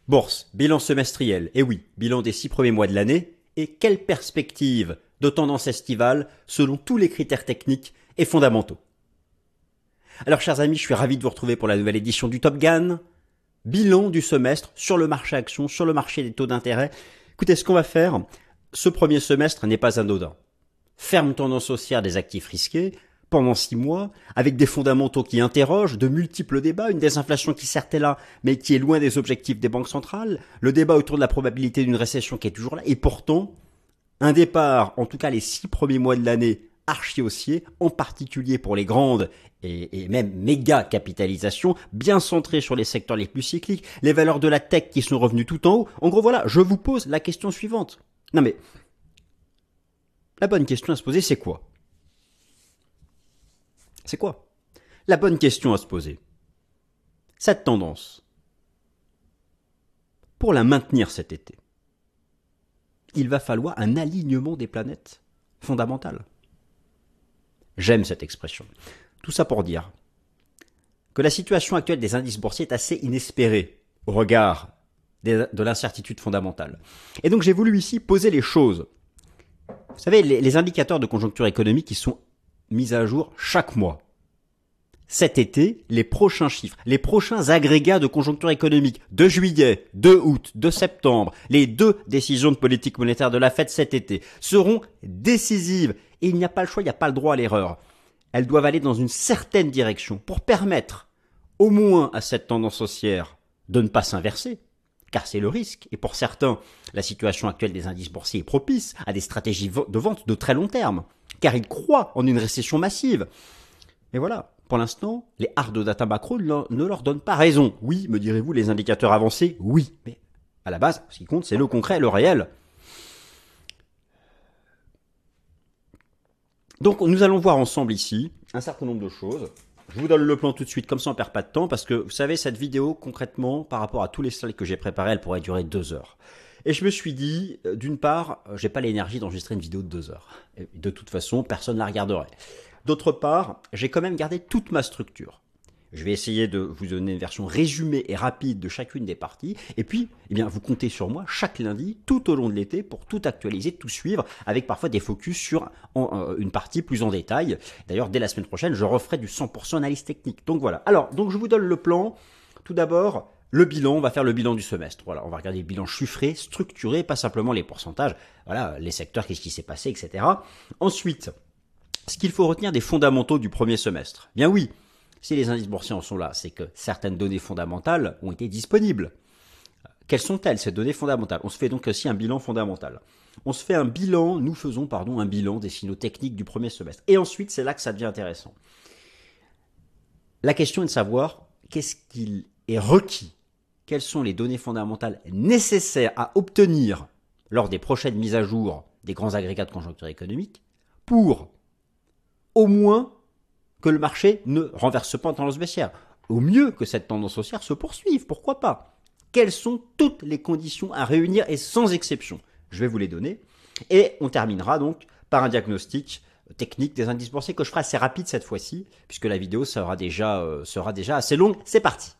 Bourse, bilan semestriel, et oui, bilan des 6 premiers mois de l'année, et quelle perspective de tendance estivale selon tous les critères techniques et fondamentaux. Alors chers amis, je suis ravi de vous retrouver pour la nouvelle édition du Top Gun. Bilan du semestre sur le marché action, sur le marché des taux d'intérêt. Écoutez, ce qu'on va faire, ce premier semestre n'est pas anodin. Ferme tendance haussière des actifs risqués pendant 6 mois, avec des fondamentaux qui interrogent, de multiples débats, une désinflation qui certes est là, mais qui est loin des objectifs des banques centrales, le débat autour de la probabilité d'une récession qui est toujours là, et pourtant, un départ, en tout cas les 6 premiers mois de l'année, archi-haussier, en particulier pour les grandes et même méga capitalisations, bien centrées sur les secteurs les plus cycliques, les valeurs de la tech qui sont revenues tout en haut. En gros, voilà, je vous pose la question suivante. Non mais, la bonne question à se poser, c'est quoi? C'est quoi? La bonne question à se poser. Cette tendance, pour la maintenir cet été, il va falloir un alignement des planètes fondamentales. J'aime cette expression. Tout ça pour dire que la situation actuelle des indices boursiers est assez inespérée au regard de l'incertitude fondamentale. Et donc j'ai voulu ici poser les choses. Vous savez, les indicateurs de conjoncture économique qui sont mis à jour chaque mois. Cet été, les prochains chiffres, les prochains agrégats de conjoncture économique de juillet, de août, de septembre, les 2 décisions de politique monétaire de la Fed cet été seront décisives. Et il n'y a pas le choix, il n'y a pas le droit à l'erreur. Elles doivent aller dans une certaine direction pour permettre au moins à cette tendance haussière de ne pas s'inverser, car c'est le risque. Et pour certains, la situation actuelle des indices boursiers est propice à des stratégies de vente de très long terme, car ils croient en une récession massive. Mais voilà, pour l'instant, les hard data macro ne leur donnent pas raison. Oui, me direz-vous, les indicateurs avancés, oui. Mais à la base, ce qui compte, c'est le concret, le réel. Donc nous allons voir ensemble ici un certain nombre de choses. Je vous donne le plan tout de suite, comme ça on ne perd pas de temps, parce que vous savez, cette vidéo, concrètement, par rapport à tous les slides que j'ai préparés, elle pourrait durer 2 heures. Et je me suis dit, d'une part, j'ai pas l'énergie d'enregistrer une vidéo de 2 heures. Et de toute façon, personne ne la regarderait. D'autre part, j'ai quand même gardé toute ma structure. Je vais essayer de vous donner une version résumée et rapide de chacune des parties. Et puis, eh bien, vous comptez sur moi chaque lundi, tout au long de l'été, pour tout actualiser, tout suivre, avec parfois des focus sur une partie plus en détail. D'ailleurs, dès la semaine prochaine, je referai du 100% analyse technique. Donc voilà. Alors, donc je vous donne le plan. Tout d'abord, le bilan, on va faire le bilan du semestre. Voilà, on va regarder le bilan chiffré, structuré, pas simplement les pourcentages. Voilà, les secteurs, qu'est-ce qui s'est passé, etc. Ensuite, ce qu'il faut retenir des fondamentaux du premier semestre. Bien oui, si les indices boursiers en sont là, c'est que certaines données fondamentales ont été disponibles. Quelles sont-elles, ces données fondamentales? On se fait donc aussi un bilan fondamental. Nous faisons un bilan des signaux techniques du premier semestre. Et ensuite, c'est là que ça devient intéressant. La question est de savoir qu'est-ce qu'il est requis, quelles sont les données fondamentales nécessaires à obtenir lors des prochaines mises à jour des grands agrégats de conjoncture économique pour au moins que le marché ne renverse pas en tendance baissière. Au mieux que cette tendance haussière se poursuive, pourquoi pas? Quelles sont toutes les conditions à réunir et sans exception? Je vais vous les donner. Et on terminera donc par un diagnostic technique des indices boursiers que je ferai assez rapide cette fois-ci, puisque la vidéo sera déjà assez longue. C'est parti!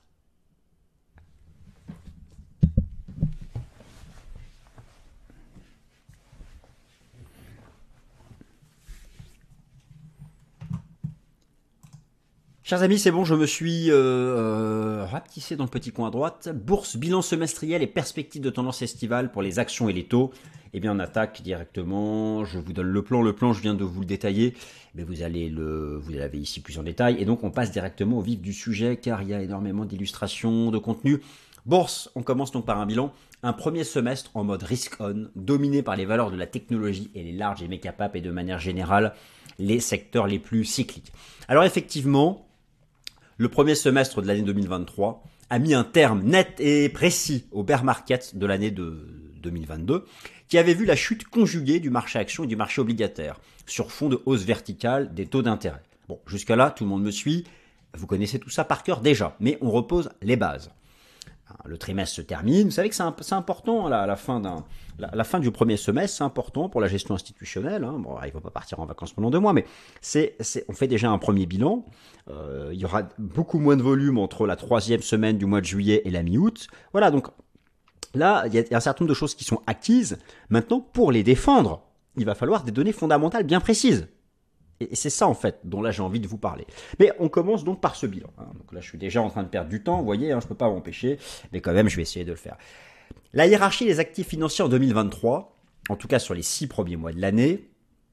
Chers amis, c'est bon, je me suis rapetissé dans le petit coin à droite. Bourse, bilan semestriel et perspective de tendance estivale pour les actions et les taux. Eh bien, on attaque directement. Je vous donne le plan. Le plan, je viens de vous le détailler. Mais vous l'avez ici plus en détail. Et donc, on passe directement au vif du sujet, car il y a énormément d'illustrations, de contenu. Bourse, on commence donc par un bilan. Un premier semestre en mode risk-on, dominé par les valeurs de la technologie et les large et méga cap et de manière générale, les secteurs les plus cycliques. Alors effectivement, le premier semestre de l'année 2023 a mis un terme net et précis au bear market de l'année de 2022, qui avait vu la chute conjuguée du marché action et du marché obligataire, sur fond de hausse verticale des taux d'intérêt. Bon, jusqu'à là, tout le monde me suit, vous connaissez tout ça par cœur déjà, mais on repose les bases. Le trimestre se termine, vous savez que c'est important, la fin du premier semestre, c'est important pour la gestion institutionnelle. Hein. Bon, il ne faut pas partir en vacances pendant 2 mois, mais on fait déjà un premier bilan. Il y aura beaucoup moins de volume entre la 3e semaine du mois de juillet et la mi-août. Voilà, donc Là, il y a un certain nombre de choses qui sont acquises. Maintenant, pour les défendre, il va falloir des données fondamentales bien précises. Et c'est ça, en fait, dont là, j'ai envie de vous parler. Mais on commence donc par ce bilan. Donc là, je suis déjà en train de perdre du temps, vous voyez, je ne peux pas m'empêcher, mais quand même, je vais essayer de le faire. La hiérarchie des actifs financiers en 2023, en tout cas sur les 6 premiers mois de l'année,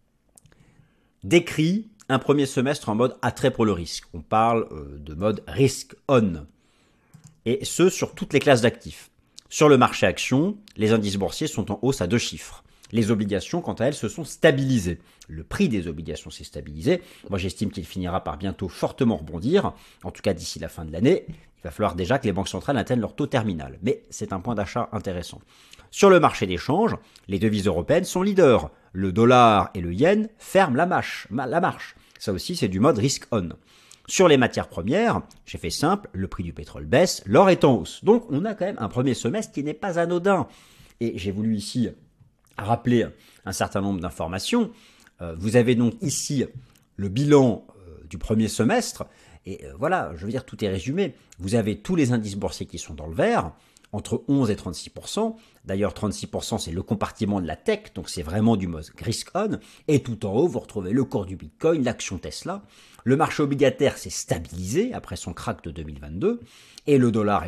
décrit un premier semestre en mode attrait pour le risque. On parle de mode risk on. Et ce, sur toutes les classes d'actifs. Sur le marché action, les indices boursiers sont en hausse à 2 chiffres. Les obligations, quant à elles, se sont stabilisées. Le prix des obligations s'est stabilisé. Moi, j'estime qu'il finira par bientôt fortement rebondir, en tout cas d'ici la fin de l'année. Il va falloir déjà que les banques centrales atteignent leur taux terminal. Mais c'est un point d'achat intéressant. Sur le marché d'échange, les devises européennes sont leaders. Le dollar et le yen ferment la marche. Ça aussi, c'est du mode risk on. Sur les matières premières, j'ai fait simple, le prix du pétrole baisse, l'or est en hausse. Donc, on a quand même un premier semestre qui n'est pas anodin. Et j'ai voulu ici rappeler un certain nombre d'informations. Vous avez donc ici le bilan du premier semestre. Et voilà, je veux dire, tout est résumé. Vous avez tous les indices boursiers qui sont dans le vert, entre 11 et 36%. D'ailleurs, 36%, c'est le compartiment de la tech, donc c'est vraiment du mode risk on. Et tout en haut, vous retrouvez le cours du Bitcoin, l'action Tesla. Le marché obligataire s'est stabilisé après son crack de 2022. Et le dollar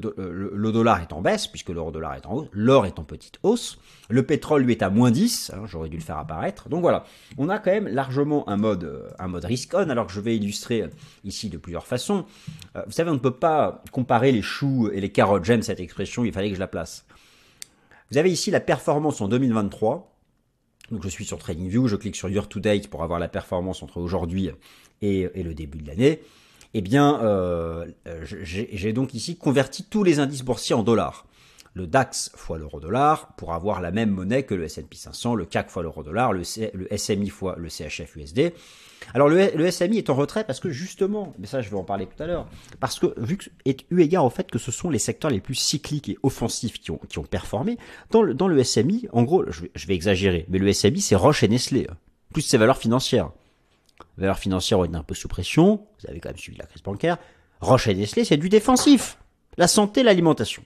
est en baisse, puisque l'euro-dollar est en hausse. L'or est en petite hausse. Le pétrole, lui, est à moins 10. J'aurais dû le faire apparaître. Donc voilà, on a quand même largement un mode risk on, alors que je vais illustrer ici de plusieurs façons. Vous savez, on ne peut pas comparer les choux et les carottes. J'aime cette expression, il fallait que je la place. Vous avez ici la performance en 2023. Donc je suis sur TradingView, je clique sur Year to Date pour avoir la performance entre aujourd'hui et le début de l'année. Eh bien, j'ai donc ici converti tous les indices boursiers en dollars. Le DAX fois l'euro-dollar pour avoir la même monnaie que le S&P 500, le CAC fois l'euro-dollar, le SMI fois le CHF USD. Alors le SMI est en retrait parce que justement, mais ça je vais en parler tout à l'heure, parce que eu égard au fait que ce sont les secteurs les plus cycliques et offensifs qui ont performé, dans le SMI, en gros, je vais exagérer, mais le SMI c'est Roche et Nestlé, plus ses valeurs financières. Les valeurs financières ont été un peu sous pression, vous avez quand même suivi la crise bancaire. Roche et Nestlé c'est du défensif, la santé, l'alimentation.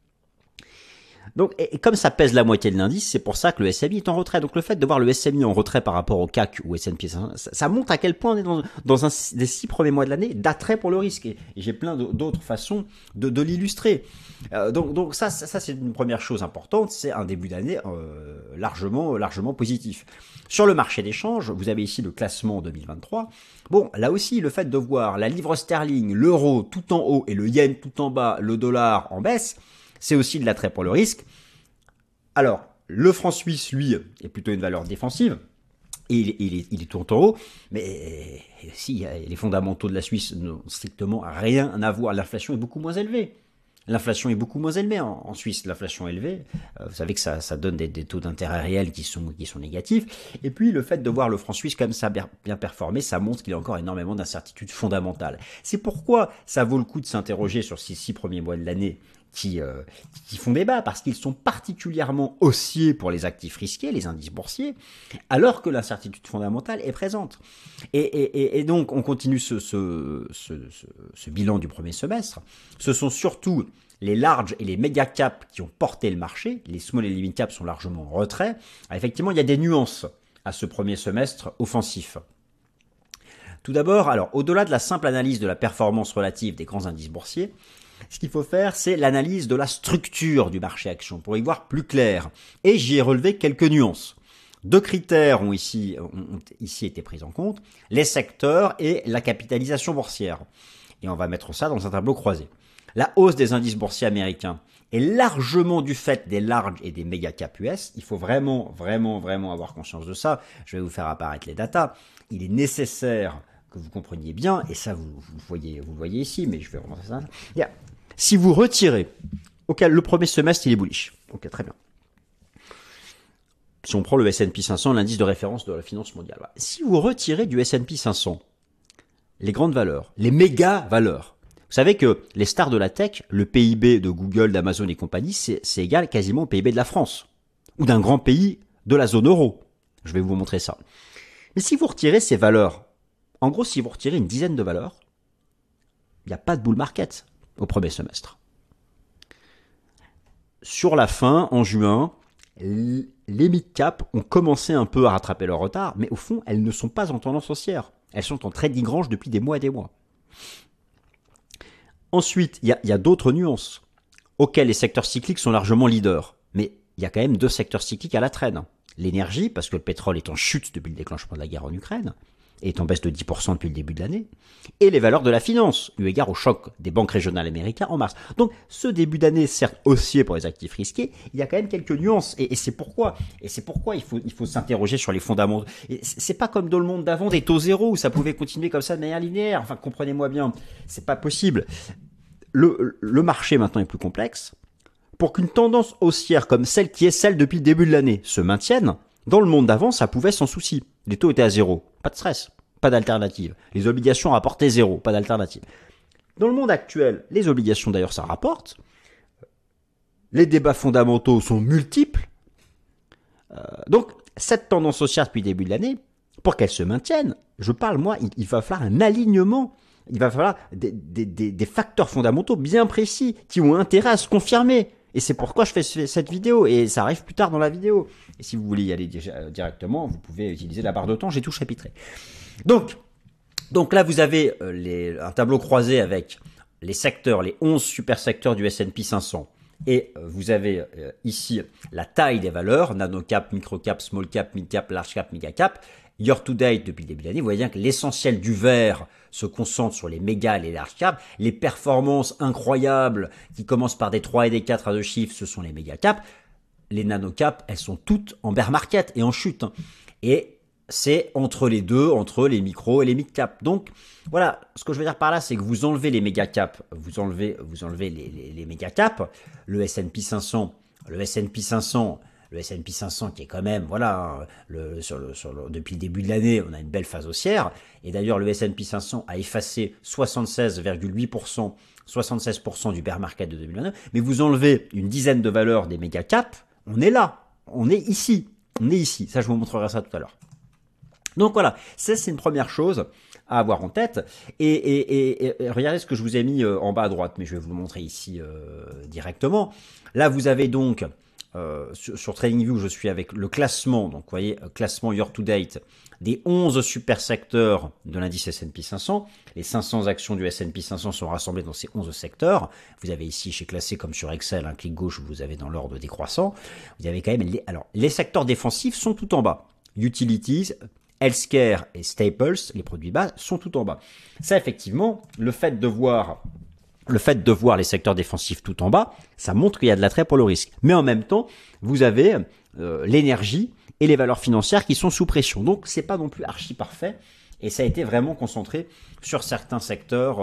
Donc, et comme ça pèse la moitié de l'indice, c'est pour ça que le SMI est en retrait. Donc le fait de voir le SMI en retrait par rapport au CAC ou S&P 500, ça montre à quel point on est dans un des 6 premiers mois de l'année d'attrait pour le risque. Et j'ai plein d'autres façons de l'illustrer. Donc ça c'est une première chose importante, c'est un début d'année largement positif. Sur le marché d'échange, vous avez ici le classement 2023. Bon, là aussi, le fait de voir la livre sterling, l'euro tout en haut et le yen tout en bas, le dollar en baisse, c'est aussi de l'attrait pour le risque. Alors, le franc suisse, lui, est plutôt une valeur défensive. Et il est tout en haut. Mais si les fondamentaux de la Suisse n'ont strictement rien à voir, l'inflation est beaucoup moins élevée. L'inflation est beaucoup moins élevée en Suisse. L'inflation élevée, vous savez que ça donne des taux d'intérêt réels qui sont négatifs. Et puis le fait de voir le franc suisse comme ça bien performer, ça montre qu'il y a encore énormément d'incertitudes fondamentales. C'est pourquoi ça vaut le coup de s'interroger sur ces 6 premiers mois de l'année qui font débat, parce qu'ils sont particulièrement haussiers pour les actifs risqués, les indices boursiers, alors que l'incertitude fondamentale est présente. Et donc, on continue ce bilan du premier semestre. Ce sont surtout les large et les méga caps qui ont porté le marché. Les small et les mid caps sont largement en retrait. Alors, effectivement, il y a des nuances à ce premier semestre offensif. Tout d'abord, alors au-delà de la simple analyse de la performance relative des grands indices boursiers, ce qu'il faut faire, c'est l'analyse de la structure du marché action pour y voir plus clair. Et j'y ai relevé quelques nuances. 2 critères ont ici été pris en compte, les secteurs et la capitalisation boursière. Et on va mettre ça dans un tableau croisé. La hausse des indices boursiers américains est largement du fait des large et des méga cap US. Il faut vraiment avoir conscience de ça. Je vais vous faire apparaître les datas. Il est nécessaire que vous compreniez bien, et ça vous le voyez ici, mais je vais remonter ça. Si vous retirez, le premier semestre il est bullish. Ok, très bien. Si on prend le S&P 500, l'indice de référence de la finance mondiale. Voilà. Si vous retirez du S&P 500 les grandes valeurs, les méga valeurs, vous savez que les stars de la tech, le PIB de Google, d'Amazon et compagnie, c'est égal quasiment au PIB de la France, ou d'un grand pays de la zone euro. Je vais vous montrer ça. Mais si vous retirez ces valeurs, en gros, si vous retirez une dizaine de valeurs, il n'y a pas de bull market au premier semestre. sur la fin, en juin, les mid-cap ont commencé un peu à rattraper leur retard, mais au fond, elles ne sont pas en tendance haussière. Elles sont en trading range depuis des mois et des mois. Ensuite, il y a d'autres nuances auxquelles les secteurs cycliques sont largement leaders. Mais il y a quand même 2 secteurs cycliques à la traîne. L'énergie, parce que le pétrole est en chute depuis le déclenchement de la guerre en Ukraine, et est en baisse de 10% depuis le début de l'année, et les valeurs de la finance, eu égard au choc des banques régionales américaines en mars. Donc ce début d'année, certes haussier pour les actifs risqués, il y a quand même quelques nuances, et c'est pourquoi il faut s'interroger sur les fondamentaux. Et c'est pas comme dans le monde d'avant des taux zéro, où ça pouvait continuer comme ça de manière linéaire, enfin comprenez-moi bien, c'est pas possible. Le marché maintenant est plus complexe. Pour qu'une tendance haussière comme celle qui est celle depuis le début de l'année se maintienne, dans le monde d'avant, ça pouvait sans souci. Les taux étaient à zéro, pas de stress, pas d'alternative. Les obligations rapportaient zéro, pas d'alternative. Dans le monde actuel, les obligations d'ailleurs ça rapporte. Les débats fondamentaux sont multiples. Donc cette tendance haussière depuis le début de l'année, pour qu'elle se maintienne, je parle moi, il va falloir un alignement. Il va falloir des facteurs fondamentaux bien précis qui ont intérêt à se confirmer. Et c'est pourquoi je fais cette vidéo. Et ça arrive plus tard dans la vidéo. Et si vous voulez y aller directement, vous pouvez utiliser la barre de temps. J'ai tout chapitré. Donc là, vous avez un tableau croisé avec les secteurs, les 11 super secteurs du S&P 500. Et vous avez ici la taille des valeurs, nano cap, micro cap, small cap, mid cap, large cap, méga cap. Year to date, depuis le début de l'année, vous voyez bien que l'essentiel du vert se concentre sur les méga et les large cap. Les performances incroyables qui commencent par des 3 et des 4 à 2 chiffres, ce sont les méga cap. Les nano cap, elles sont toutes en bear market et en chute. Et c'est entre les deux, entre les micros et les mid cap. Donc voilà, ce que je veux dire par là, c'est que vous enlevez les méga cap, vous enlevez les méga cap, le S&P 500, le S&P 500 qui est quand même, voilà, depuis le début de l'année, on a une belle phase haussière. Et d'ailleurs, le S&P 500 a effacé 76,8%, 76% du bear market de 2029. Mais vous enlevez une dizaine de valeurs des méga caps, on est là, on est ici. Ça, je vous montrerai ça tout à l'heure. Donc voilà, ça c'est une première chose à avoir en tête. Et regardez ce que je vous ai mis en bas à droite, mais je vais vous le montrer ici directement. Là, vous avez donc sur TradingView, je suis avec le classement, donc vous voyez, classement year to date des 11 super secteurs de l'indice S&P 500. Les 500 actions du S&P 500 sont rassemblées dans ces 11 secteurs. Vous avez ici, chez classé comme sur Excel, un clic gauche, vous avez dans l'ordre décroissant. Vous avez quand même les secteurs défensifs sont tout en bas. Utilities, healthcare et staples, les produits bas, sont tout en bas. Ça, effectivement, le fait de voir les secteurs défensifs tout en bas, ça montre qu'il y a de l'attrait pour le risque. Mais en même temps, vous avez l'énergie et les valeurs financières qui sont sous pression. Donc, c'est pas non plus archi parfait. Et ça a été vraiment concentré sur certains secteurs,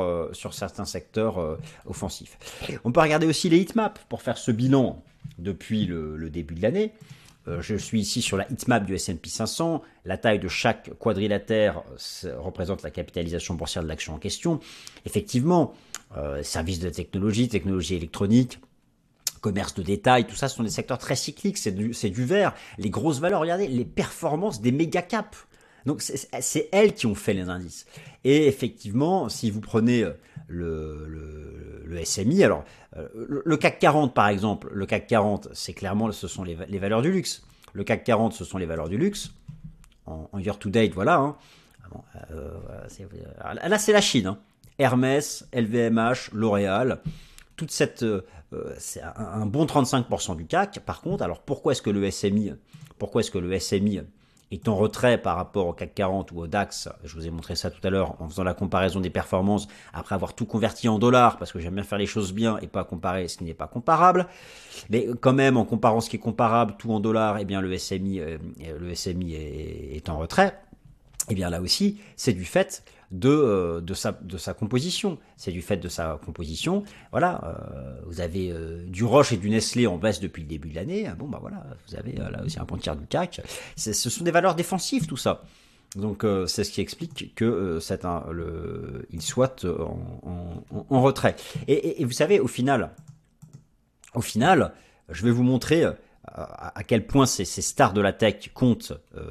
offensifs. On peut regarder aussi les heatmaps pour faire ce bilan depuis le début de l'année. Je suis ici sur la heatmap du S&P 500. La taille de chaque quadrilatère représente la capitalisation boursière de l'action en question. Effectivement, services de technologie électronique, commerce de détail, tout ça ce sont des secteurs très cycliques, c'est du vert. Les grosses valeurs, regardez, les performances des méga caps. Donc c'est elles qui ont fait les indices. Et effectivement, si vous prenez le SMI, alors le CAC 40 par exemple, le CAC 40, c'est clairement, ce sont les valeurs du luxe. Le CAC 40, ce sont les valeurs du luxe. En year to date, voilà. Hein. Là, c'est la Chine. Hein. Hermès, LVMH, L'Oréal, toute cette, c'est un bon 35% du CAC. Par contre, alors pourquoi est-ce que le SMI est en retrait par rapport au CAC 40 ou au DAX? Je vous ai montré ça tout à l'heure en faisant la comparaison des performances après avoir tout converti en dollars, parce que j'aime bien faire les choses bien et pas comparer ce qui n'est pas comparable. Mais quand même, en comparant ce qui est comparable, tout en dollars, eh bien le SMI est en retrait. Eh bien là aussi, c'est du fait de sa composition. C'est du fait de sa composition. Voilà, vous avez du Roche et du Nestlé en baisse depuis le début de l'année. Bon, bah voilà, vous avez là aussi un bon tiers du CAC. Ce sont des valeurs défensives, tout ça. Donc c'est ce qui explique que il soit en retrait. Et vous savez, au final, je vais vous montrer à quel point ces stars de la tech comptent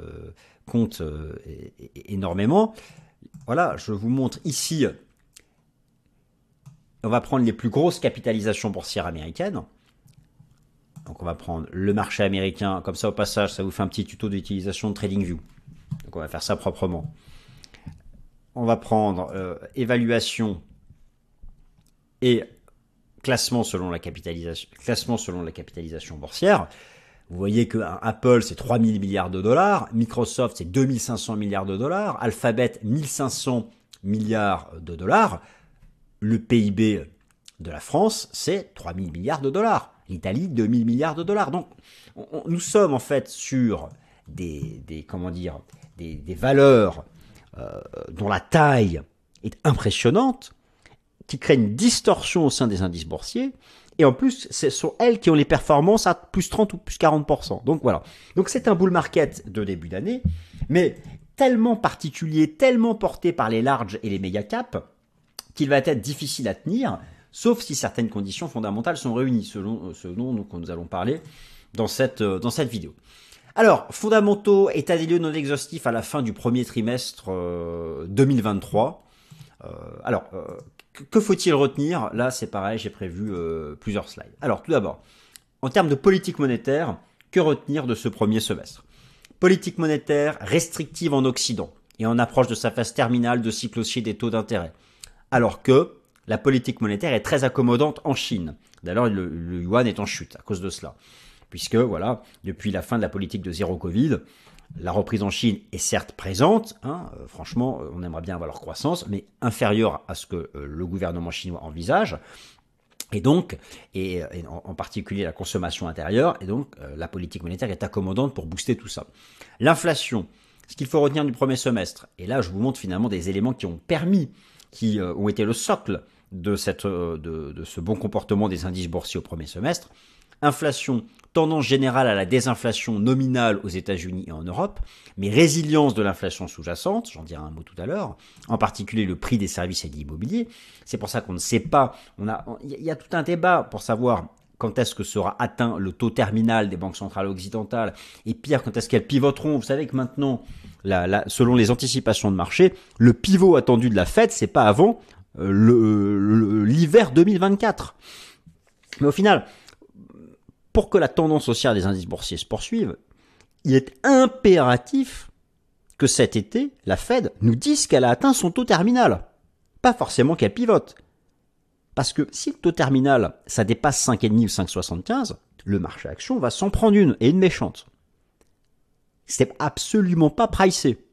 énormément. Voilà, je vous montre ici, on va prendre les plus grosses capitalisations boursières américaines. Donc on va prendre le marché américain, comme ça au passage, ça vous fait un petit tuto d'utilisation de TradingView. Donc on va faire ça proprement. On va prendre évaluation et classement selon la capitalisation boursière. Vous voyez que Apple, c'est 3 000 milliards de dollars, Microsoft, c'est 2 500 milliards de dollars, Alphabet, 1 500 milliards de dollars. Le PIB de la France, c'est 3 000 milliards de dollars. L'Italie, 2 000 milliards de dollars. Donc, nous sommes en fait sur des valeurs dont la taille est impressionnante, qui créent une distorsion au sein des indices boursiers. Et en plus, ce sont elles qui ont les performances à plus 30 ou plus 40%. Donc voilà. Donc c'est un bull market de début d'année, mais tellement particulier, tellement porté par les larges et les méga caps, qu'il va être difficile à tenir, sauf si certaines conditions fondamentales sont réunies, selon ce dont nous allons parler dans cette vidéo. Alors, fondamentaux, état des lieux non exhaustif à la fin du premier trimestre 2023. Que faut-il retenir? Là, c'est pareil, j'ai prévu plusieurs slides. Alors, tout d'abord, en termes de politique monétaire, que retenir de ce premier semestre? Politique monétaire restrictive en Occident et en approche de sa phase terminale de cycle haussier des taux d'intérêt. Alors que la politique monétaire est très accommodante en Chine. D'ailleurs, le yuan est en chute à cause de cela. Puisque, voilà, depuis la fin de la politique de zéro Covid, la reprise en Chine est certes présente, franchement, on aimerait bien avoir leur croissance, mais inférieure à ce que le gouvernement chinois envisage. Et donc, en particulier la consommation intérieure, et donc la politique monétaire est accommodante pour booster tout ça. L'inflation, ce qu'il faut retenir du premier semestre, et là je vous montre finalement des éléments qui ont été le socle de ce bon comportement des indices boursiers au premier semestre. Inflation, tendance générale à la désinflation nominale aux États-Unis et en Europe, mais résilience de l'inflation sous-jacente, j'en dirai un mot tout à l'heure, en particulier le prix des services et de l'immobilier. C'est pour ça qu'on ne sait pas, il y a tout un débat pour savoir quand est-ce que sera atteint le taux terminal des banques centrales occidentales, et pire, quand est-ce qu'elles pivoteront. Vous savez que maintenant, selon les anticipations de marché, le pivot attendu de la Fed, c'est pas avant l'hiver 2024. Mais au final, pour que la tendance haussière des indices boursiers se poursuive, il est impératif que cet été, la Fed nous dise qu'elle a atteint son taux terminal. Pas forcément qu'elle pivote. Parce que si le taux terminal, ça dépasse 5,5 ou 5,75, le marché action va s'en prendre une, et une méchante. C'est absolument pas pricé.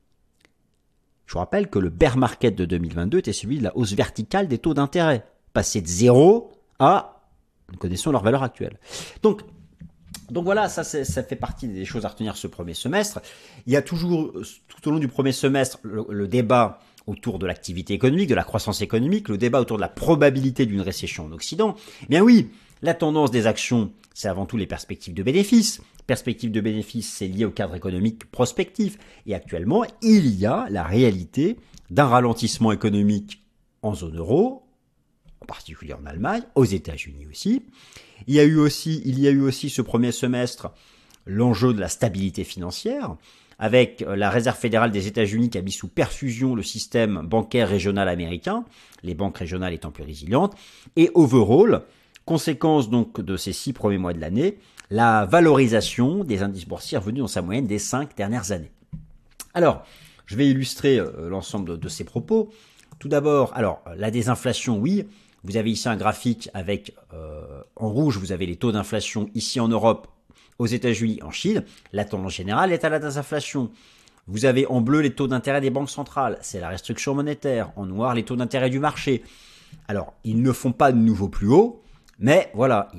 Je vous rappelle que le bear market de 2022 était celui de la hausse verticale des taux d'intérêt, passé de 0 à... Nous connaissons leur valeur actuelle. Donc voilà, ça fait partie des choses à retenir ce premier semestre. Il y a toujours, tout au long du premier semestre, le débat autour de l'activité économique, de la croissance économique, le débat autour de la probabilité d'une récession en Occident. Eh bien oui, la tendance des actions, c'est avant tout les perspectives de bénéfices. Perspectives de bénéfices, c'est lié au cadre économique prospectif. Et actuellement, il y a la réalité d'un ralentissement économique en zone euro, en particulier en Allemagne, aux États-Unis aussi. Il y a eu aussi ce premier semestre l'enjeu de la stabilité financière, avec la Réserve fédérale des États-Unis qui a mis sous perfusion le système bancaire régional américain, les banques régionales étant plus résilientes, et overall, conséquence donc de ces 6 premiers mois de l'année, la valorisation des indices boursiers revenus dans sa moyenne des 5 dernières années. Alors, je vais illustrer l'ensemble de ces propos. Tout d'abord, alors la désinflation, oui. Vous avez ici un graphique avec, en rouge, vous avez les taux d'inflation ici en Europe, aux États-Unis, en Chine. La tendance générale est à la désinflation. Vous avez en bleu les taux d'intérêt des banques centrales, c'est la restriction monétaire. En noir, les taux d'intérêt du marché. Alors, ils ne font pas de nouveau plus haut, mais voilà,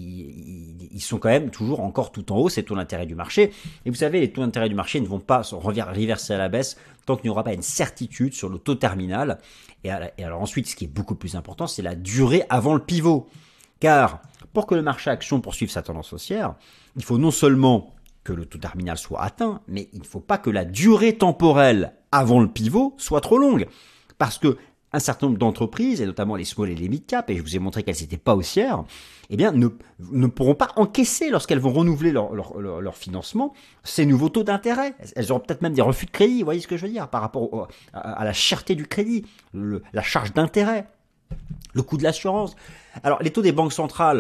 ils sont quand même toujours encore tout en haut, ces taux d'intérêt du marché. Et vous savez, les taux d'intérêt du marché ne vont pas se reverser à la baisse tant qu'il n'y aura pas une certitude sur le taux terminal. Et alors ensuite, ce qui est beaucoup plus important, c'est la durée avant le pivot. Car pour que le marché action poursuive sa tendance haussière, il faut non seulement que le taux terminal soit atteint, mais il ne faut pas que la durée temporelle avant le pivot soit trop longue. Parce que un certain nombre d'entreprises, et notamment les small et les mid cap, et je vous ai montré qu'elles n'étaient pas haussières, eh bien, ne pourront pas encaisser lorsqu'elles vont renouveler leur financement ces nouveaux taux d'intérêt. Elles auront peut-être même des refus de crédit, vous voyez ce que je veux dire, par rapport à la cherté du crédit, la charge d'intérêt, le coût de l'assurance. Alors, les taux des banques centrales,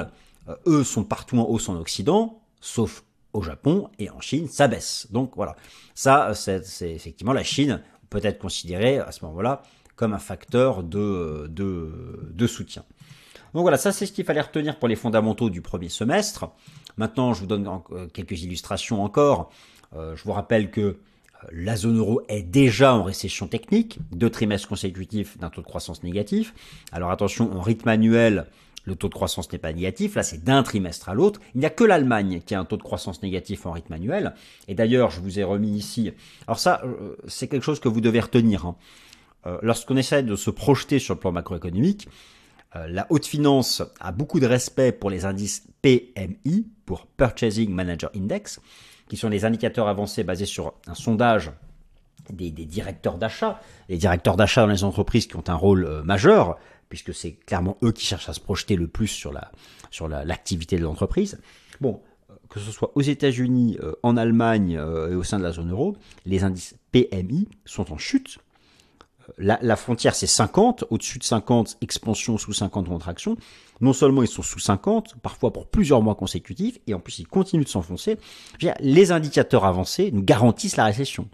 eux sont partout en hausse en Occident, sauf au Japon, et en Chine, ça baisse. Donc voilà, ça, c'est effectivement la Chine peut être considérée à ce moment-là comme un facteur de soutien. Donc voilà, ça c'est ce qu'il fallait retenir pour les fondamentaux du premier semestre. Maintenant, je vous donne quelques illustrations encore. Je vous rappelle que la zone euro est déjà en récession technique, 2 trimestres consécutifs d'un taux de croissance négatif. Alors attention, en rythme annuel, le taux de croissance n'est pas négatif, là c'est d'un trimestre à l'autre. Il n'y a que l'Allemagne qui a un taux de croissance négatif en rythme annuel. Et d'ailleurs, je vous ai remis ici, alors ça c'est quelque chose que vous devez retenir. Hein. Lorsqu'on essaie de se projeter sur le plan macroéconomique, la haute finance a beaucoup de respect pour les indices PMI, pour Purchasing Manager Index, qui sont des indicateurs avancés basés sur un sondage des directeurs d'achat. Les directeurs d'achat dans les entreprises qui ont un rôle majeur, puisque c'est clairement eux qui cherchent à se projeter le plus sur l'activité de l'entreprise. Bon, que ce soit aux États-Unis, en Allemagne et au sein de la zone euro, les indices PMI sont en chute. La frontière, c'est 50. Au-dessus de 50, expansion, sous 50, contraction. Non seulement ils sont sous 50, parfois pour plusieurs mois consécutifs, et en plus ils continuent de s'enfoncer. Les indicateurs avancés nous garantissent la récession.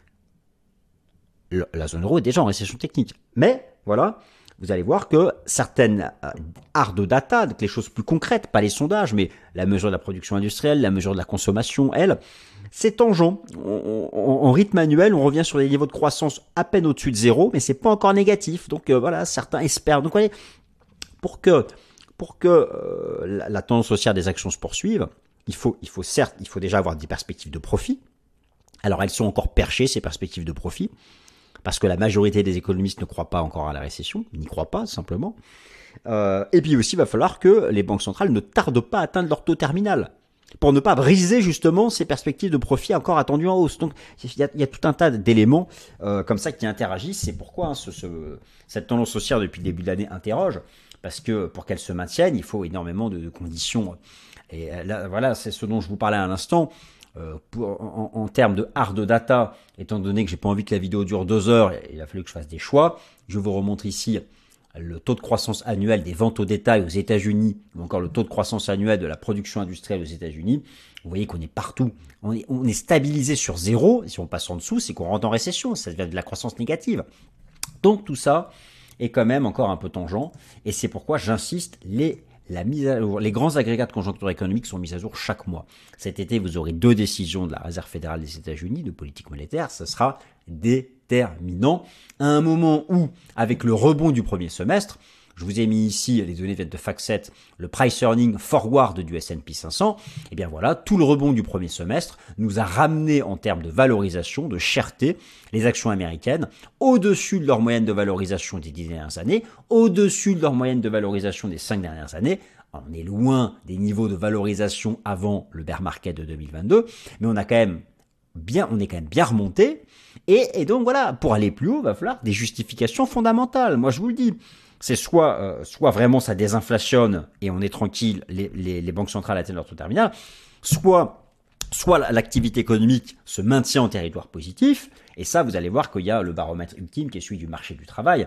La zone euro est déjà en récession technique. Mais, voilà, vous allez voir que certaines hard data, donc les choses plus concrètes, pas les sondages, mais la mesure de la production industrielle, la mesure de la consommation, elle, c'est tangent. En rythme annuel, on revient sur des niveaux de croissance à peine au-dessus de zéro, mais c'est pas encore négatif. Donc voilà, certains espèrent. Donc vous voyez, pour que la tendance haussière des actions se poursuive, il faut déjà avoir des perspectives de profit. Alors elles sont encore perchées, ces perspectives de profit, parce que la majorité des économistes ne croient pas encore à la récession, n'y croient pas simplement. Et puis aussi, il va falloir que les banques centrales ne tardent pas à atteindre leur taux terminal, pour ne pas briser justement ces perspectives de profit encore attendues en hausse. Donc il y a tout un tas d'éléments comme ça qui interagissent. C'est pourquoi cette tendance haussière depuis le début de l'année interroge, parce que pour qu'elle se maintienne, il faut énormément de conditions. Et là, voilà, c'est ce dont je vous parlais à l'instant. En termes de hard data, étant donné que j'ai pas envie que la vidéo dure 2 heures, il a fallu que je fasse des choix. Je vous remontre ici le taux de croissance annuel des ventes au détail aux États-Unis, ou encore le taux de croissance annuel de la production industrielle aux États-Unis. Vous voyez qu'on est partout. On est stabilisé sur zéro. Et si on passe en dessous, c'est qu'on rentre en récession. Ça devient de la croissance négative. Donc tout ça est quand même encore un peu tangent. Et c'est pourquoi j'insiste, les grands agrégats de conjoncture économique sont mis à jour chaque mois. Cet été, vous aurez 2 décisions de la Réserve fédérale des États-Unis de politique monétaire. Ce sera déterminant à un moment où, avec le rebond du premier semestre, je vous ai mis ici, les données viennent de FactSet, le price earning forward du S&P 500, et bien voilà, tout le rebond du premier semestre nous a ramené en termes de valorisation, de cherté, les actions américaines au-dessus de leur moyenne de valorisation des 10 dernières années, au-dessus de leur moyenne de valorisation des 5 dernières années. On est loin des niveaux de valorisation avant le bear market de 2022, mais on est quand même bien remonté. Et donc voilà, pour aller plus haut, il va falloir des justifications fondamentales. Moi, je vous le dis. C'est soit vraiment ça désinflationne et on est tranquille, les banques centrales atteignent leur taux terminal, soit l'activité économique se maintient en territoire positif, et ça, vous allez voir qu'il y a le baromètre ultime qui est celui du marché du travail.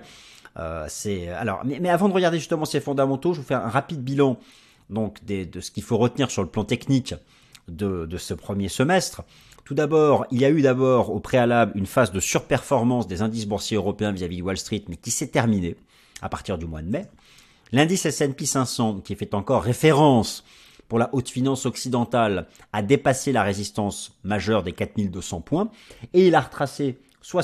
Mais avant de regarder justement ces fondamentaux, je vous fais un rapide bilan donc de ce qu'il faut retenir sur le plan technique de ce premier semestre. Tout d'abord, il y a eu au préalable une phase de surperformance des indices boursiers européens vis-à-vis de Wall Street, mais qui s'est terminée à partir du mois de mai. L'indice S&P 500, qui fait encore référence pour la haute finance occidentale, a dépassé la résistance majeure des 4200 points et il a retracé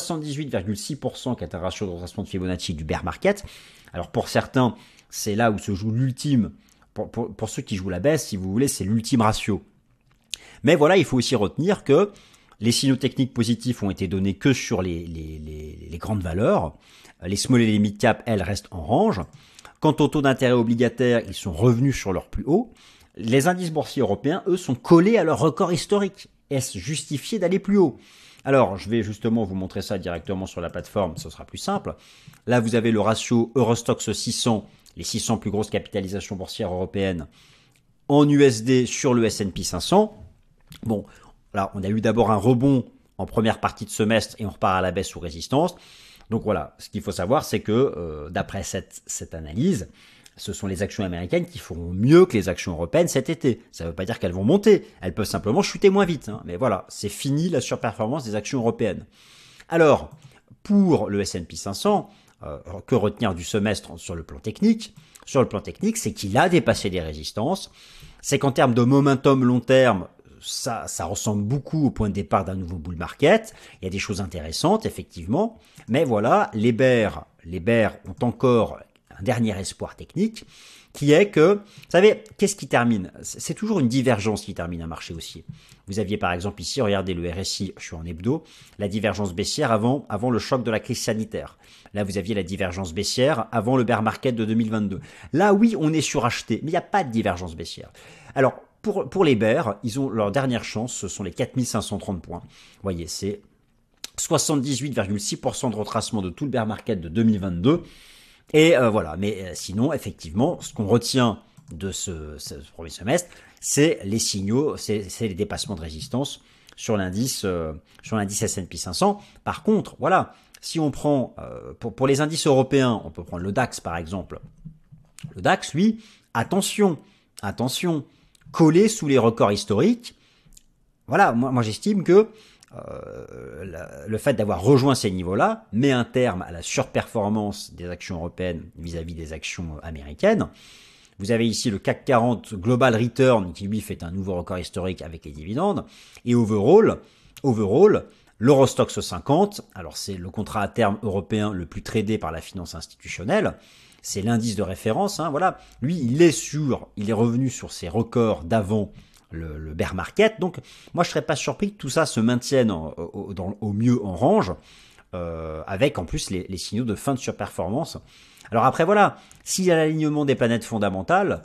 78,6%, qui est un ratio de retracement de Fibonacci du bear market. Alors pour certains, c'est là où se joue l'ultime, pour ceux qui jouent la baisse, si vous voulez, c'est l'ultime ratio. Mais voilà, il faut aussi retenir que les signaux techniques positifs ont été donnés que sur les grandes valeurs. Les small et les mid cap, elles, restent en range. Quant au taux d'intérêt obligataire, ils sont revenus sur leur plus haut. Les indices boursiers européens, eux, sont collés à leur record historique. Est-ce justifié d'aller plus haut? Alors, je vais justement vous montrer ça directement sur la plateforme, ce sera plus simple. Là, vous avez le ratio Eurostoxx 600, les 600 plus grosses capitalisations boursières européennes, en USD sur le S&P 500. Bon, là, on a eu d'abord un rebond en première partie de semestre et on repart à la baisse sous résistance. Donc voilà, ce qu'il faut savoir, c'est que d'après cette analyse, ce sont les actions américaines qui feront mieux que les actions européennes cet été. Ça ne veut pas dire qu'elles vont monter, elles peuvent simplement chuter moins vite. Mais voilà, c'est fini la surperformance des actions européennes. Alors, pour le S&P 500, que retenir du semestre sur le plan technique? Sur le plan technique, c'est qu'il a dépassé des résistances. C'est qu'en termes de momentum long terme, ça ressemble beaucoup au point de départ d'un nouveau bull market. Il y a des choses intéressantes, effectivement. Mais voilà, les bears ont encore un dernier espoir technique, qui est que, vous savez, qu'est-ce qui termine? C'est toujours une divergence qui termine un marché haussier. Vous aviez par exemple ici, regardez le RSI, je suis en hebdo, la divergence baissière avant le choc de la crise sanitaire. Là, vous aviez la divergence baissière avant le bear market de 2022. Là, oui, on est suracheté, mais il n'y a pas de divergence baissière. Alors, pour les bears, ils ont leur dernière chance, ce sont les 4530 points. Vous voyez, c'est 78,6% de retracement de tout le bear market de 2022. Et voilà, mais sinon, effectivement, ce qu'on retient de ce premier semestre, c'est les signaux, c'est les dépassements de résistance sur l'indice S&P 500. Par contre, voilà, si on prend, pour les indices européens, on peut prendre le DAX par exemple. Le DAX, lui, attention, collé sous les records historiques. Voilà, moi j'estime que le fait d'avoir rejoint ces niveaux-là met un terme à la surperformance des actions européennes vis-à-vis des actions américaines. Vous avez ici le CAC 40 Global Return qui lui fait un nouveau record historique avec les dividendes. Et overall, l'Eurostoxx 50, alors c'est le contrat à terme européen le plus tradé par la finance institutionnelle, c'est l'indice de référence, voilà. Lui, il est revenu sur ses records d'avant le bear market. Donc, moi, je serais pas surpris que tout ça se maintienne au mieux en range, avec en plus les signaux de fin de surperformance. Alors après, voilà, s'il y a l'alignement des planètes fondamentales,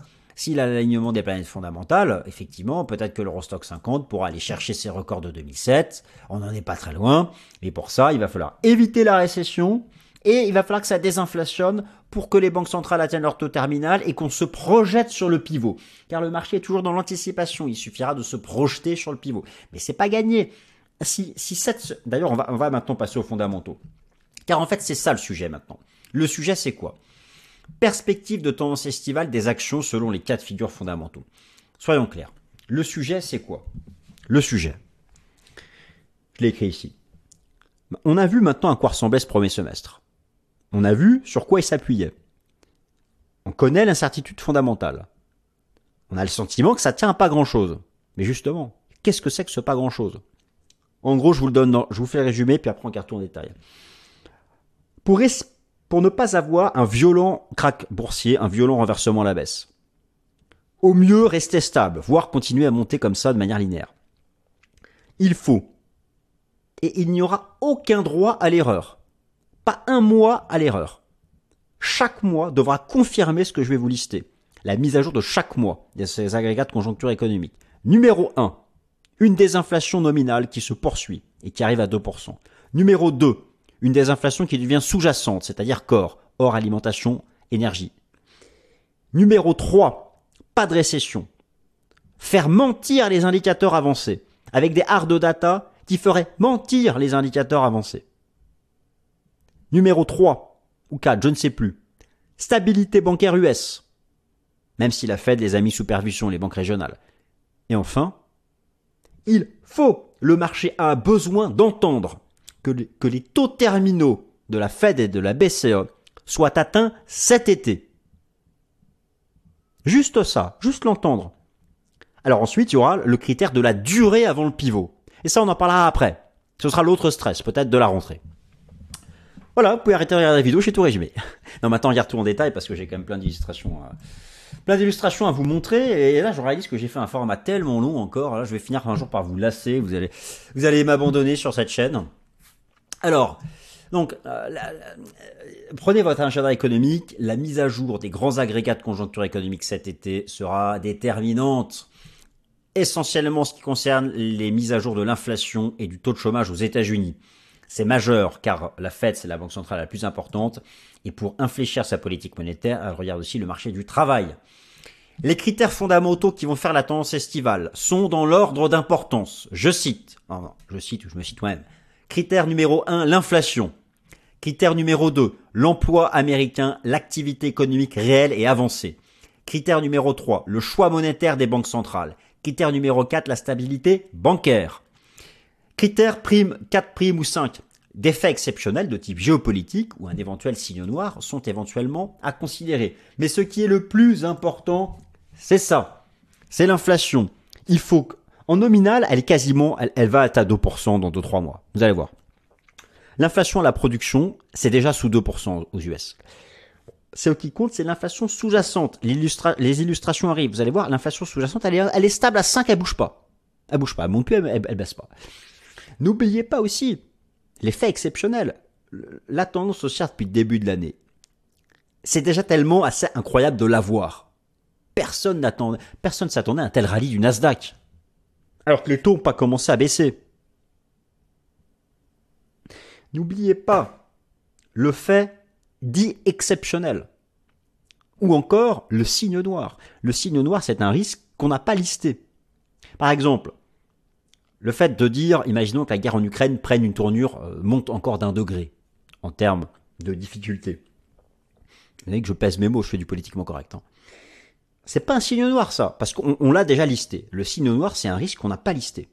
effectivement, peut-être que l'Eurostoxx 50 pourra aller chercher ses records de 2007. On n'en est pas très loin. Mais pour ça, il va falloir éviter la récession et il va falloir que ça désinflationne pour que les banques centrales atteignent leur taux terminal et qu'on se projette sur le pivot. Car le marché est toujours dans l'anticipation. Il suffira de se projeter sur le pivot. Mais c'est pas gagné. D'ailleurs, on va maintenant passer aux fondamentaux. Car en fait, c'est ça le sujet maintenant. Le sujet, c'est quoi? Perspective de tendance estivale des actions selon les cas de figure fondamentaux. Soyons clairs. Le sujet, c'est quoi? Le sujet. Je l'ai écrit ici. On a vu maintenant à quoi ressemblait ce premier semestre. On a vu sur quoi il s'appuyait. On connaît l'incertitude fondamentale. On a le sentiment que ça tient à pas grand-chose. Mais justement, qu'est-ce que c'est que ce pas grand-chose? En gros, je vous fais le résumé, puis après on regarde tout en détail. Pour ne pas avoir un violent crack boursier, un violent renversement à la baisse. Au mieux, rester stable, voire continuer à monter comme ça de manière linéaire. Il faut, et il n'y aura aucun droit à l'erreur. Pas un mois à l'erreur. Chaque mois devra confirmer ce que je vais vous lister. La mise à jour de chaque mois de ces agrégats de conjoncture économique. Numéro 1, une désinflation nominale qui se poursuit et qui arrive à 2%. Numéro 2, une désinflation qui devient sous-jacente, c'est-à-dire corps, hors alimentation, énergie. Numéro 3, pas de récession. Faire mentir les indicateurs avancés, avec des hard data qui feraient mentir les indicateurs avancés. Numéro 3, ou 4, je ne sais plus. Stabilité bancaire US, même si la Fed les a mis sous perfusion, les banques régionales. Et enfin, le marché a besoin d'entendre que les taux terminaux de la Fed et de la BCE soient atteints cet été. Juste ça, juste l'entendre. Alors ensuite, il y aura le critère de la durée avant le pivot. Et ça, on en parlera après. Ce sera l'autre stress, peut-être de la rentrée. Voilà, vous pouvez arrêter de regarder la vidéo, j'ai tout résumé. Non, maintenant, on regarde tout en détail parce que j'ai quand même plein d'illustrations à vous montrer. Et là, je réalise que j'ai fait un format tellement long encore. Là, je vais finir un jour par vous lasser. Vous allez m'abandonner sur cette chaîne. Alors, donc, prenez votre agenda économique. La mise à jour des grands agrégats de conjoncture économique cet été sera déterminante. Essentiellement en ce qui concerne les mises à jour de l'inflation et du taux de chômage aux États-Unis. C'est majeur car la Fed, c'est la banque centrale la plus importante. Et pour infléchir sa politique monétaire, elle regarde aussi le marché du travail. Les critères fondamentaux qui vont faire la tendance estivale sont dans l'ordre d'importance. Je me cite moi-même. Critère numéro 1, l'inflation. Critère numéro 2, l'emploi américain, l'activité économique réelle et avancée. Critère numéro 3, le choix monétaire des banques centrales. Critère numéro 4, la stabilité bancaire. Critère prime 4 primes ou 5. D'effets exceptionnels de type géopolitique ou un éventuel signe noir sont éventuellement à considérer. Mais ce qui est le plus important, c'est ça. C'est l'inflation. Il faut en nominal, elle va être à 2% dans 2-3 mois. Vous allez voir. L'inflation à la production, c'est déjà sous 2% aux US. Ce qui compte, c'est l'inflation sous-jacente. Les illustrations arrivent. Vous allez voir, l'inflation sous-jacente, elle est stable à 5, elle bouge pas. Elle bouge pas, elle monte plus, elle baisse pas. N'oubliez pas aussi l'effet exceptionnel. La tendance haussière depuis le début de l'année. C'est déjà tellement assez incroyable de l'avoir. Personne ne s'attendait à un tel rallye du Nasdaq. Alors que les taux n'ont pas commencé à baisser. N'oubliez pas le fait dit exceptionnel. Ou encore le signe noir. Le signe noir, c'est un risque qu'on n'a pas listé. Par exemple, le fait de dire, imaginons que la guerre en Ukraine prenne une tournure, monte encore d'1 degré en termes de difficulté. Vous savez que je pèse mes mots, je fais du politiquement correct. C'est pas un signe noir ça, parce qu'on l'a déjà listé. Le signe noir, c'est un risque qu'on n'a pas listé.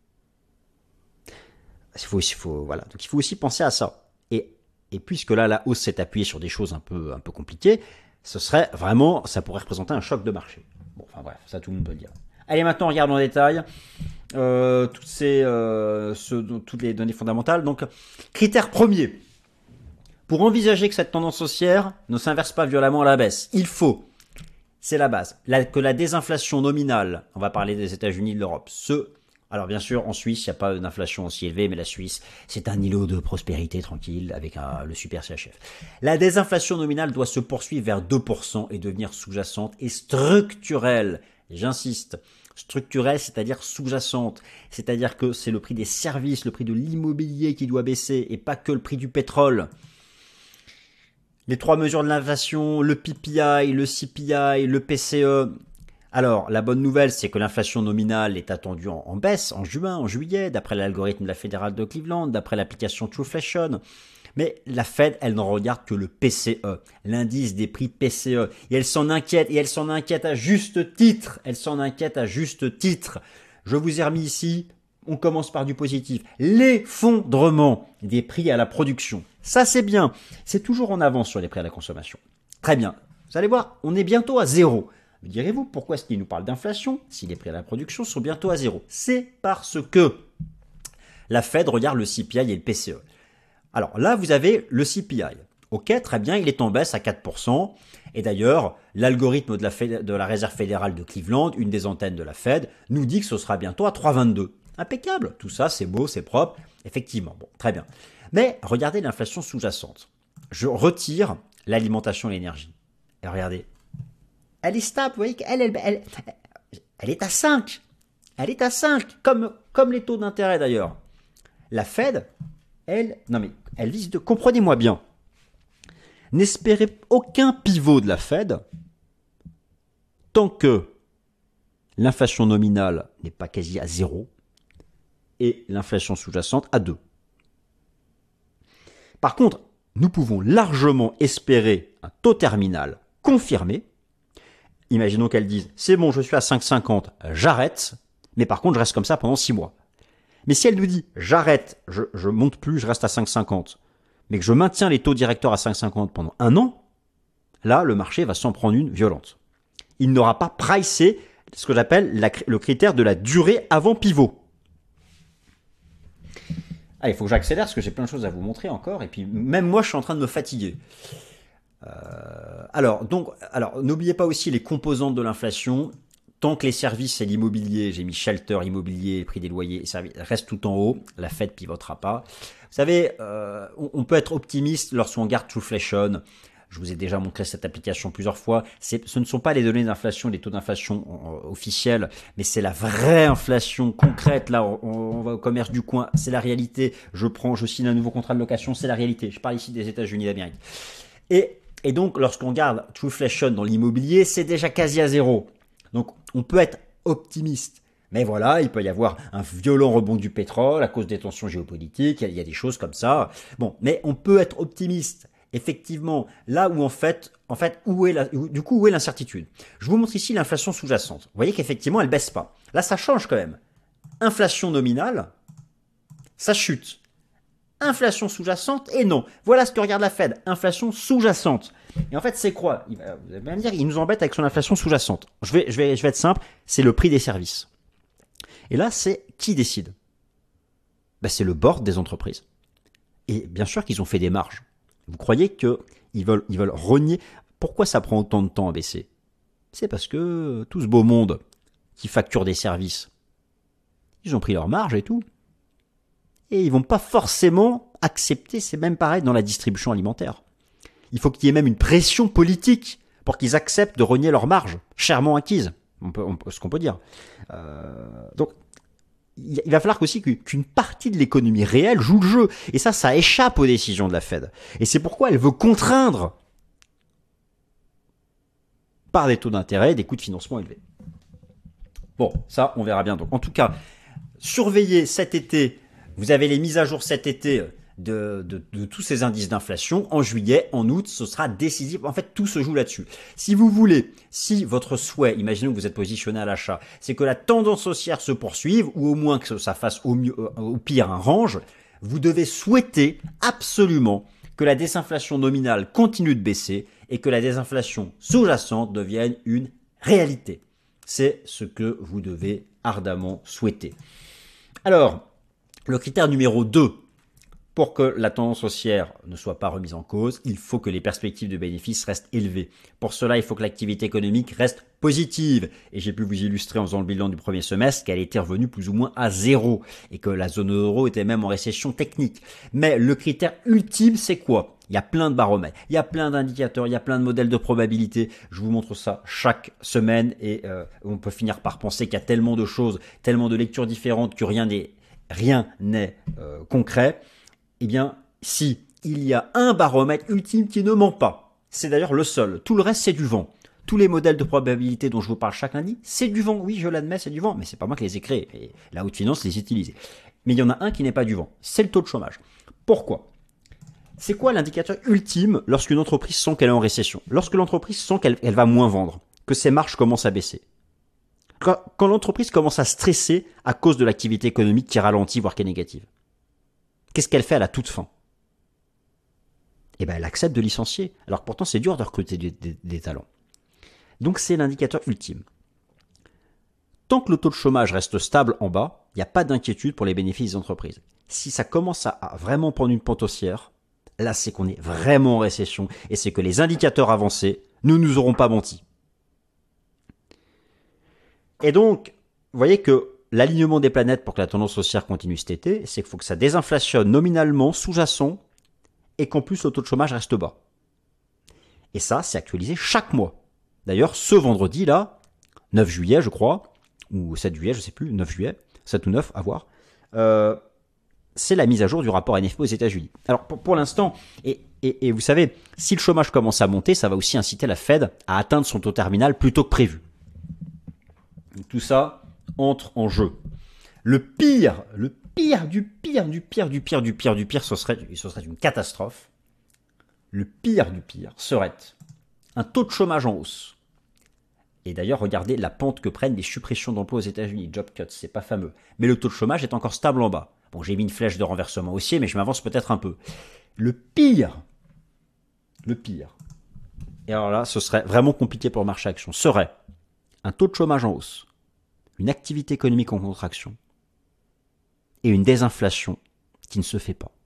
Voilà. Donc il faut aussi penser à ça. Et puisque là, la hausse s'est appuyée sur des choses un peu compliquées, ça pourrait représenter un choc de marché. Bon, enfin bref, ça tout le monde peut le dire. Allez, maintenant, regardons en détail toutes les données fondamentales. Donc, critère premier. Pour envisager que cette tendance haussière ne s'inverse pas violemment à la baisse, il faut, c'est la base, que la désinflation nominale, on va parler des États-Unis, de l'Europe, alors bien sûr, en Suisse, il n'y a pas d'inflation aussi élevée, mais la Suisse, c'est un îlot de prospérité tranquille avec le super CHF. La désinflation nominale doit se poursuivre vers 2% et devenir sous-jacente et structurelle. J'insiste, structurelle, c'est-à-dire sous-jacente. C'est-à-dire que c'est le prix des services, le prix de l'immobilier qui doit baisser et pas que le prix du pétrole. Les 3 mesures de l'inflation, le PPI, le CPI, le PCE. Alors, la bonne nouvelle, c'est que l'inflation nominale est attendue en baisse en juin, en juillet, d'après l'algorithme de la fédérale de Cleveland, d'après l'application Trueflation. Mais la Fed, elle n'en regarde que le PCE, l'indice des prix PCE. Et elle s'en inquiète à juste titre. Je vous ai remis ici, on commence par du positif. L'effondrement des prix à la production. Ça, c'est bien. C'est toujours en avance sur les prix à la consommation. Très bien. Vous allez voir, on est bientôt à 0. Me direz-vous, pourquoi est-ce qu'il nous parle d'inflation si les prix à la production sont bientôt à 0? C'est parce que la Fed regarde le CPI et le PCE. Alors là, vous avez le CPI. Ok, très bien, il est en baisse à 4%. Et d'ailleurs, l'algorithme de la Réserve fédérale de Cleveland, une des antennes de la Fed, nous dit que ce sera bientôt à 3,22. Impeccable. Tout ça, c'est beau, c'est propre. Effectivement, bon, très bien. Mais regardez l'inflation sous-jacente. Je retire l'alimentation et l'énergie. Et regardez. Elle est stable, vous voyez qu'elle est à 5. Elle est à 5, comme les taux d'intérêt d'ailleurs. La Fed, elle vise comprenez-moi bien. N'espérez aucun pivot de la Fed tant que l'inflation nominale n'est pas quasi à 0 et l'inflation sous-jacente à 2. Par contre, nous pouvons largement espérer un taux terminal confirmé. Imaginons qu'elle dise, c'est bon, je suis à 5,50, j'arrête, mais par contre, je reste comme ça pendant 6 mois. Mais si elle nous dit, j'arrête, je monte plus, je reste à 5,50, mais que je maintiens les taux directeurs à 5,50 pendant 1 an, là, le marché va s'en prendre une violente. Il n'aura pas pricé ce que j'appelle le critère de la durée avant pivot. Allez, il faut que j'accélère parce que j'ai plein de choses à vous montrer encore, et puis même moi, je suis en train de me fatiguer. Alors, n'oubliez pas aussi les composantes de l'inflation. Tant que les services et l'immobilier, j'ai mis shelter, immobilier, prix des loyers et services, restent tout en haut, la Fed pivotera pas. Vous savez, on peut être optimiste lorsqu'on regarde Trueflation. Je vous ai déjà montré cette application plusieurs fois. Ce ne sont pas les données d'inflation, les taux d'inflation officiels, mais c'est la vraie inflation concrète. Là, on va au commerce du coin, c'est la réalité. Je signe un nouveau contrat de location, c'est la réalité. Je parle ici des États-Unis d'Amérique. Et donc, lorsqu'on regarde Trueflation dans l'immobilier, c'est déjà quasi à 0. Donc, on peut être optimiste. Mais voilà, il peut y avoir un violent rebond du pétrole à cause des tensions géopolitiques, il y a des choses comme ça. Bon, mais on peut être optimiste. Effectivement, là où où est l'incertitude? Je vous montre ici l'inflation sous-jacente. Vous voyez qu'effectivement, elle baisse pas. Là, ça change quand même. Inflation nominale, ça chute. Inflation sous-jacente, et non. Voilà ce que regarde la Fed. Inflation sous-jacente. Et en fait, c'est quoi? Vous allez me dire, il nous embête avec son inflation sous-jacente. Je vais être simple. C'est le prix des services. Et là, c'est qui décide? C'est le board des entreprises. Et bien sûr qu'ils ont fait des marges. Vous croyez qu'ils veulent renier? Pourquoi ça prend autant de temps à baisser? C'est parce que tout ce beau monde qui facture des services, ils ont pris leur marge et tout. Et ils vont pas forcément accepter, c'est même pareil dans la distribution alimentaire. Il faut qu'il y ait même une pression politique pour qu'ils acceptent de renier leur marge, chèrement acquise, ce qu'on peut dire. Donc, il va falloir aussi qu'une partie de l'économie réelle joue le jeu. Et ça échappe aux décisions de la Fed. Et c'est pourquoi elle veut contraindre par des taux d'intérêt, des coûts de financement élevés. Bon, ça, on verra bien. Donc, en tout cas, surveillez cet été. Vous avez les mises à jour cet été de tous ces indices d'inflation. En juillet, en août, ce sera décisif. En fait, tout se joue là-dessus. Si vous voulez, si votre souhait, imaginons que vous êtes positionné à l'achat, c'est que la tendance haussière se poursuive, ou au moins que ça fasse au pire un range, vous devez souhaiter absolument que la désinflation nominale continue de baisser et que la désinflation sous-jacente devienne une réalité. C'est ce que vous devez ardemment souhaiter. Alors, le critère numéro 2, pour que la tendance haussière ne soit pas remise en cause, il faut que les perspectives de bénéfices restent élevées. Pour cela, il faut que l'activité économique reste positive. Et j'ai pu vous illustrer en faisant le bilan du premier semestre qu'elle était revenue plus ou moins à zéro et que la zone euro était même en récession technique. Mais le critère ultime, c'est quoi? Il y a plein de baromètres, il y a plein d'indicateurs, il y a plein de modèles de probabilité. Je vous montre ça chaque semaine et on peut finir par penser qu'il y a tellement de choses, tellement de lectures différentes que rien n'est concret. Eh bien, si il y a un baromètre ultime qui ne ment pas, c'est d'ailleurs le seul. Tout le reste, c'est du vent. Tous les modèles de probabilité dont je vous parle chaque lundi, c'est du vent. Oui, je l'admets, c'est du vent, mais c'est pas moi qui les ai créés. Et la haute finance les utilise. Mais il y en a un qui n'est pas du vent. C'est le taux de chômage. Pourquoi? C'est quoi l'indicateur ultime lorsqu'une entreprise sent qu'elle est en récession? Lorsque l'entreprise sent qu'elle va moins vendre, que ses marges commencent à baisser. Quand l'entreprise commence à stresser à cause de l'activité économique qui ralentit, voire qui est négative. Qu'est-ce qu'elle fait à la toute fin? Eh bien, elle accepte de licencier. Alors que pourtant, c'est dur de recruter des talents. Donc, c'est l'indicateur ultime. Tant que le taux de chômage reste stable en bas, il n'y a pas d'inquiétude pour les bénéfices des entreprises. Si ça commence à vraiment prendre une pente haussière, là, c'est qu'on est vraiment en récession et c'est que les indicateurs avancés ne nous auront pas menti. Et donc, vous voyez que l'alignement des planètes pour que la tendance haussière continue cet été, c'est qu'il faut que ça désinflationne nominalement, sous-jacent, et qu'en plus le taux de chômage reste bas. Et ça, c'est actualisé chaque mois. D'ailleurs, ce vendredi-là, 9 juillet, je crois, ou 7 juillet, je ne sais plus, 9 juillet, 7 ou 9, à voir, c'est la mise à jour du rapport NFP aux États-Unis. Alors, pour l'instant, et vous savez, si le chômage commence à monter, ça va aussi inciter la Fed à atteindre son taux terminal plus tôt que prévu. Tout ça entre en jeu. Le pire du pire, ce serait une catastrophe. Le pire du pire serait un taux de chômage en hausse. Et d'ailleurs, regardez la pente que prennent les suppressions d'emplois aux États-Unis, job cuts, c'est pas fameux. Mais le taux de chômage est encore stable en bas. Bon, j'ai mis une flèche de renversement haussier, mais je m'avance peut-être un peu. Le pire, et alors là, ce serait vraiment compliqué pour le marché action, serait un taux de chômage en hausse, une activité économique en contraction et une désinflation qui ne se fait pas.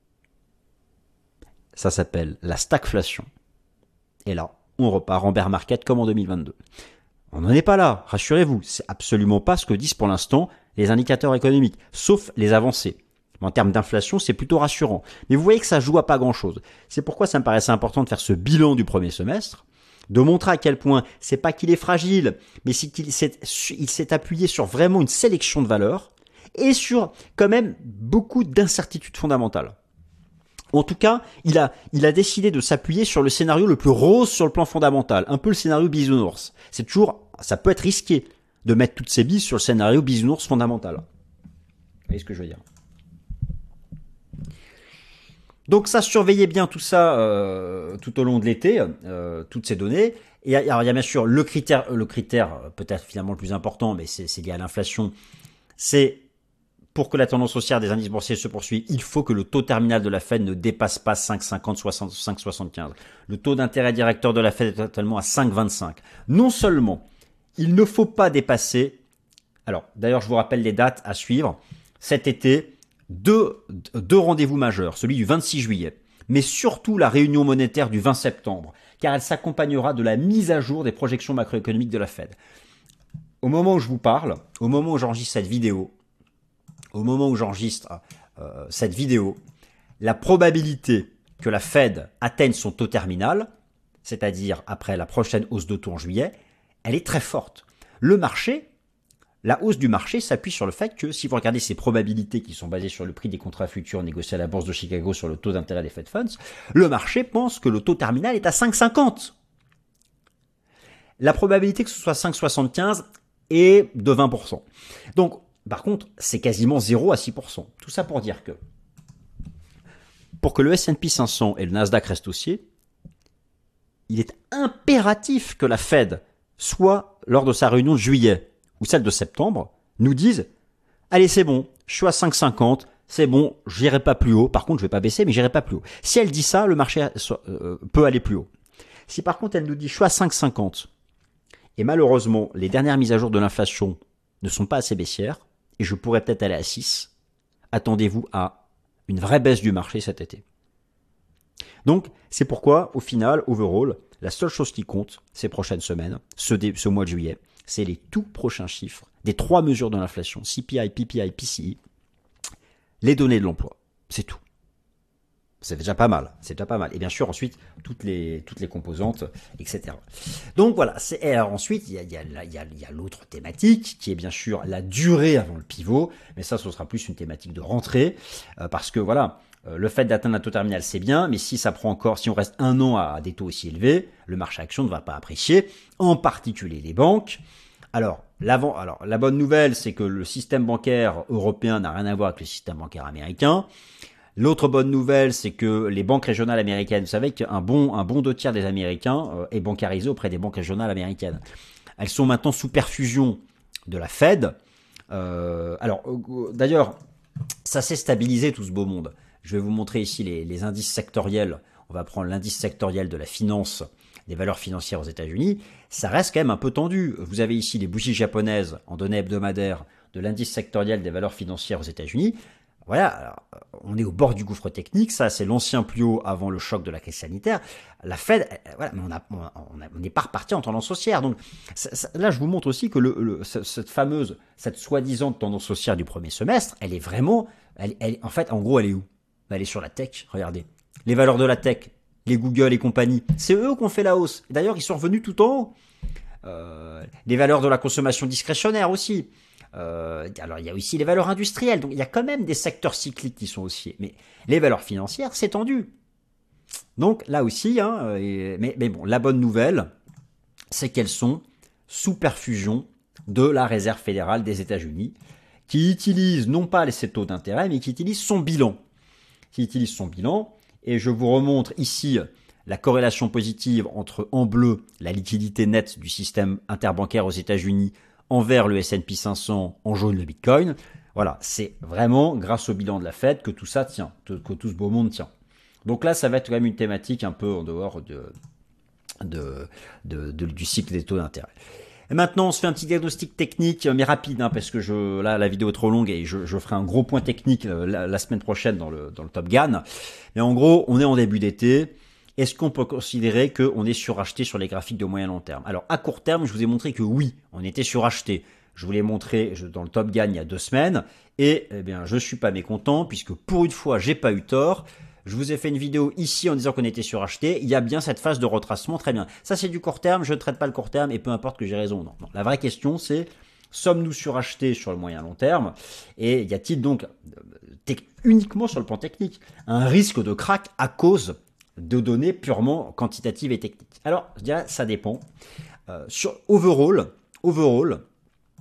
Ça s'appelle la stagflation. Et là, on repart en bear market comme en 2022. On n'en est pas là, rassurez-vous, c'est absolument pas ce que disent pour l'instant les indicateurs économiques, sauf les avancées. En termes d'inflation, c'est plutôt rassurant. Mais vous voyez que ça joue à pas grand-chose. C'est pourquoi ça me paraissait important de faire ce bilan du premier semestre, de montrer à quel point c'est pas qu'il est fragile, mais c'est qu'il s'est appuyé sur vraiment une sélection de valeurs et sur quand même beaucoup d'incertitudes fondamentales. En tout cas, il a décidé de s'appuyer sur le scénario le plus rose sur le plan fondamental, un peu le scénario bisounours. Ça peut être risqué de mettre toutes ses billes sur le scénario bisounours fondamental. Vous voyez ce que je veux dire? Donc ça, surveillez bien tout ça tout au long de l'été, toutes ces données. Et alors il y a bien sûr le critère peut-être finalement le plus important, mais c'est lié à l'inflation, c'est pour que la tendance haussière des indices boursiers se poursuive, il faut que le taux terminal de la Fed ne dépasse pas 5,50, 5,75. Le taux d'intérêt directeur de la Fed est actuellement à 5,25. Non seulement il ne faut pas dépasser, alors d'ailleurs je vous rappelle les dates à suivre, cet été, deux rendez-vous majeurs, celui du 26 juillet, mais surtout la réunion monétaire du 20 septembre, car elle s'accompagnera de la mise à jour des projections macroéconomiques de la Fed. Au moment où je vous parle, au moment où j'enregistre cette vidéo, la probabilité que la Fed atteigne son taux terminal, c'est-à-dire après la prochaine hausse de taux en juillet, elle est très forte. La hausse du marché s'appuie sur le fait que si vous regardez ces probabilités qui sont basées sur le prix des contrats futurs négociés à la bourse de Chicago sur le taux d'intérêt des Fed Funds, le marché pense que le taux terminal est à 5,50. La probabilité que ce soit 5,75 est de 20%. Donc, par contre, c'est quasiment 0 à 6%. Tout ça pour dire que pour que le S&P 500 et le Nasdaq restent haussiers, il est impératif que la Fed, soit lors de sa réunion de juillet ou celle de septembre, nous dise « Allez, c'est bon, je suis à 5,50, c'est bon, j'irai pas plus haut. Par contre, je vais pas baisser, mais j'irai pas plus haut. » Si elle dit ça, le marché peut aller plus haut. Si par contre elle nous dit « Je suis à 5,50 » et malheureusement, les dernières mises à jour de l'inflation ne sont pas assez baissières, et je pourrais peut-être aller à 6, attendez-vous à une vraie baisse du marché cet été. Donc, c'est pourquoi, au final, overall, la seule chose qui compte ces prochaines semaines, ce mois de juillet, c'est les tout prochains chiffres des 3 mesures de l'inflation, CPI, PPI, PCE, les données de l'emploi. C'est tout. C'est déjà pas mal. Et bien sûr, ensuite, toutes les composantes, etc. Donc voilà. Alors ensuite, il y a l'autre thématique qui est bien sûr la durée avant le pivot. Mais ça, ce sera plus une thématique de rentrée. Parce que voilà, le fait d'atteindre un taux terminal, c'est bien. Mais si on reste un an à des taux aussi élevés, le marché action ne va pas apprécier. En particulier les banques. Alors, la bonne nouvelle, c'est que le système bancaire européen n'a rien à voir avec le système bancaire américain. L'autre bonne nouvelle, c'est que les banques régionales américaines, vous savez qu'un bon 2/3 des Américains est bancarisé auprès des banques régionales américaines. Elles sont maintenant sous perfusion de la Fed. D'ailleurs, ça s'est stabilisé tout ce beau monde. Je vais vous montrer ici les indices sectoriels. On va prendre l'indice sectoriel de la finance, des valeurs financières aux États-Unis. Ça reste quand même un peu tendu. Vous avez ici les bougies japonaises en données hebdomadaires de l'indice sectoriel des valeurs financières aux États-Unis. Voilà, alors, on est au bord du gouffre technique, ça c'est l'ancien plus haut avant le choc de la crise sanitaire. La Fed, voilà, mais on n'est pas reparti en tendance haussière. Donc là, je vous montre aussi que cette soi-disant tendance haussière du premier semestre, elle est vraiment, en fait, en gros, elle est où? Elle est sur la tech, regardez. Les valeurs de la tech, les Google et compagnie, c'est eux qui ont fait la hausse. D'ailleurs, ils sont revenus tout en haut. Les valeurs de la consommation discrétionnaire aussi. Alors il y a aussi les valeurs industrielles, donc il y a quand même des secteurs cycliques qui sont haussiers, mais les valeurs financières c'est tendu. Donc là aussi, mais bon, la bonne nouvelle, c'est qu'elles sont sous perfusion de la Réserve fédérale des États-Unis, qui utilise non pas ses taux d'intérêt, mais qui utilise son bilan. Et je vous remontre ici la corrélation positive entre en bleu la liquidité nette du système interbancaire aux États-Unis envers le S&P 500, en jaune le Bitcoin. Voilà, c'est vraiment grâce au bilan de la Fed que tout ça tient, que tout ce beau monde tient. Donc là, ça va être quand même une thématique un peu en dehors du cycle des taux d'intérêt. Et maintenant, on se fait un petit diagnostic technique, mais rapide, parce que là, la vidéo est trop longue et je ferai un gros point technique la semaine prochaine dans le Top Gun. Mais en gros, on est en début d'été. Est-ce qu'on peut considérer qu'on est suracheté sur les graphiques de moyen long terme? Alors, à court terme, je vous ai montré que oui, on était suracheté. Je vous l'ai montré dans le Top Gun il y a 2 semaines. Et eh bien, je suis pas mécontent puisque pour une fois, j'ai pas eu tort. Je vous ai fait une vidéo ici en disant qu'on était suracheté. Il y a bien cette phase de retracement, très bien. Ça, c'est du court terme. Je ne traite pas le court terme et peu importe que j'ai raison ou non. La vraie question, c'est sommes-nous surachetés sur le moyen long terme? Et y a-t-il donc, uniquement sur le plan technique, un risque de crack à cause de données purement quantitatives et techniques? Alors, je dirais, ça dépend. Sur overall,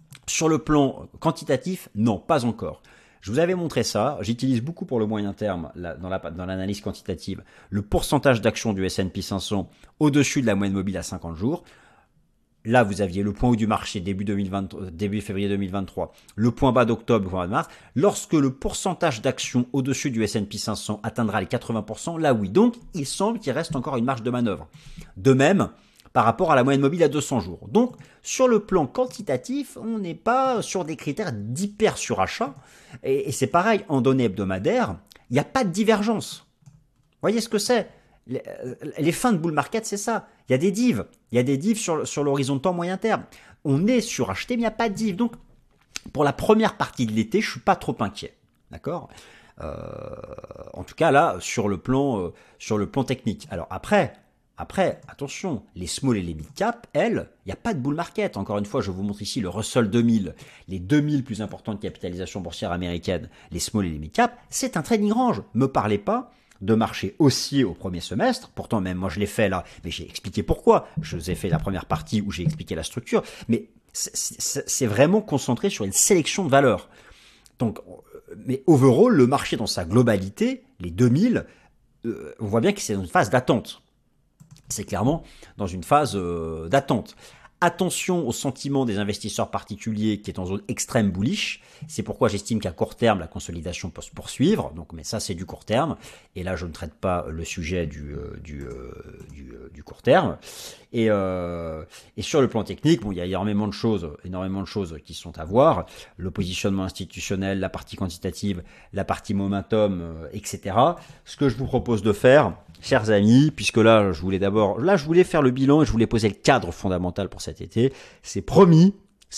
Sur le plan quantitatif, non, pas encore. Je vous avais montré ça, j'utilise beaucoup pour le moyen terme dans l'analyse quantitative le pourcentage d'actions du S&P 500 au-dessus de la moyenne mobile à 50 jours. Là, vous aviez le point haut du marché début février 2023, le point bas d'octobre, le point bas de mars. Lorsque le pourcentage d'actions au-dessus du S&P 500 atteindra les 80%, là oui. Donc, il semble qu'il reste encore une marge de manœuvre. De même, par rapport à la moyenne mobile à 200 jours. Donc, sur le plan quantitatif, on n'est pas sur des critères d'hyper surachat. Et c'est pareil, en données hebdomadaires, il n'y a pas de divergence. Vous voyez ce que c'est ? Les fins de bull market, c'est ça. Il y a des divs. Il y a des divs sur l'horizon de temps moyen terme. On est suracheté, mais il n'y a pas de div. Donc, pour la première partie de l'été, je ne suis pas trop inquiet. D'accord ? En tout cas, là, sur le plan technique. Alors après, attention, les small et les mid cap, elles, il n'y a pas de bull market. Encore une fois, je vous montre ici le Russell 2000, les 2000 plus importantes capitalisations boursières américaines, les small et les mid cap, c'est un trading range. Me parlez pas de marché haussier au premier semestre. Pourtant, même moi, je l'ai fait là, mais j'ai expliqué pourquoi. Je vous ai fait la première partie où j'ai expliqué la structure, mais c'est vraiment concentré sur une sélection de valeurs. Donc, mais overall, le marché dans sa globalité, les 2000, on voit bien que c'est dans une phase d'attente. C'est clairement dans une phase d'attente. Attention au sentiment des investisseurs particuliers qui est en zone extrême bullish. C'est pourquoi j'estime qu'à court terme, la consolidation peut se poursuivre. Donc, mais ça, c'est du court terme. Et là, je ne traite pas le sujet du court terme. Et sur le plan technique, bon, il y a énormément de choses qui sont à voir. Le positionnement institutionnel, la partie quantitative, la partie momentum, etc. Ce que je vous propose de faire, chers amis, puisque là, je voulais faire le bilan et je voulais poser le cadre fondamental pour cet été. C'est promis.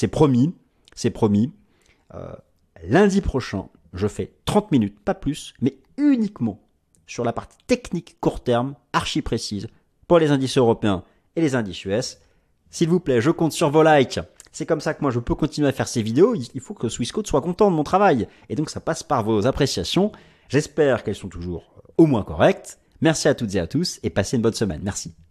Lundi prochain, je fais 30 minutes, pas plus, mais uniquement sur la partie technique court terme, archi précise, pour les indices européens et les indices US. S'il vous plaît, je compte sur vos likes. C'est comme ça que moi je peux continuer à faire ces vidéos. Il faut que Swissquote soit content de mon travail. Et donc ça passe par vos appréciations. J'espère qu'elles sont toujours au moins correctes. Merci à toutes et à tous et passez une bonne semaine. Merci.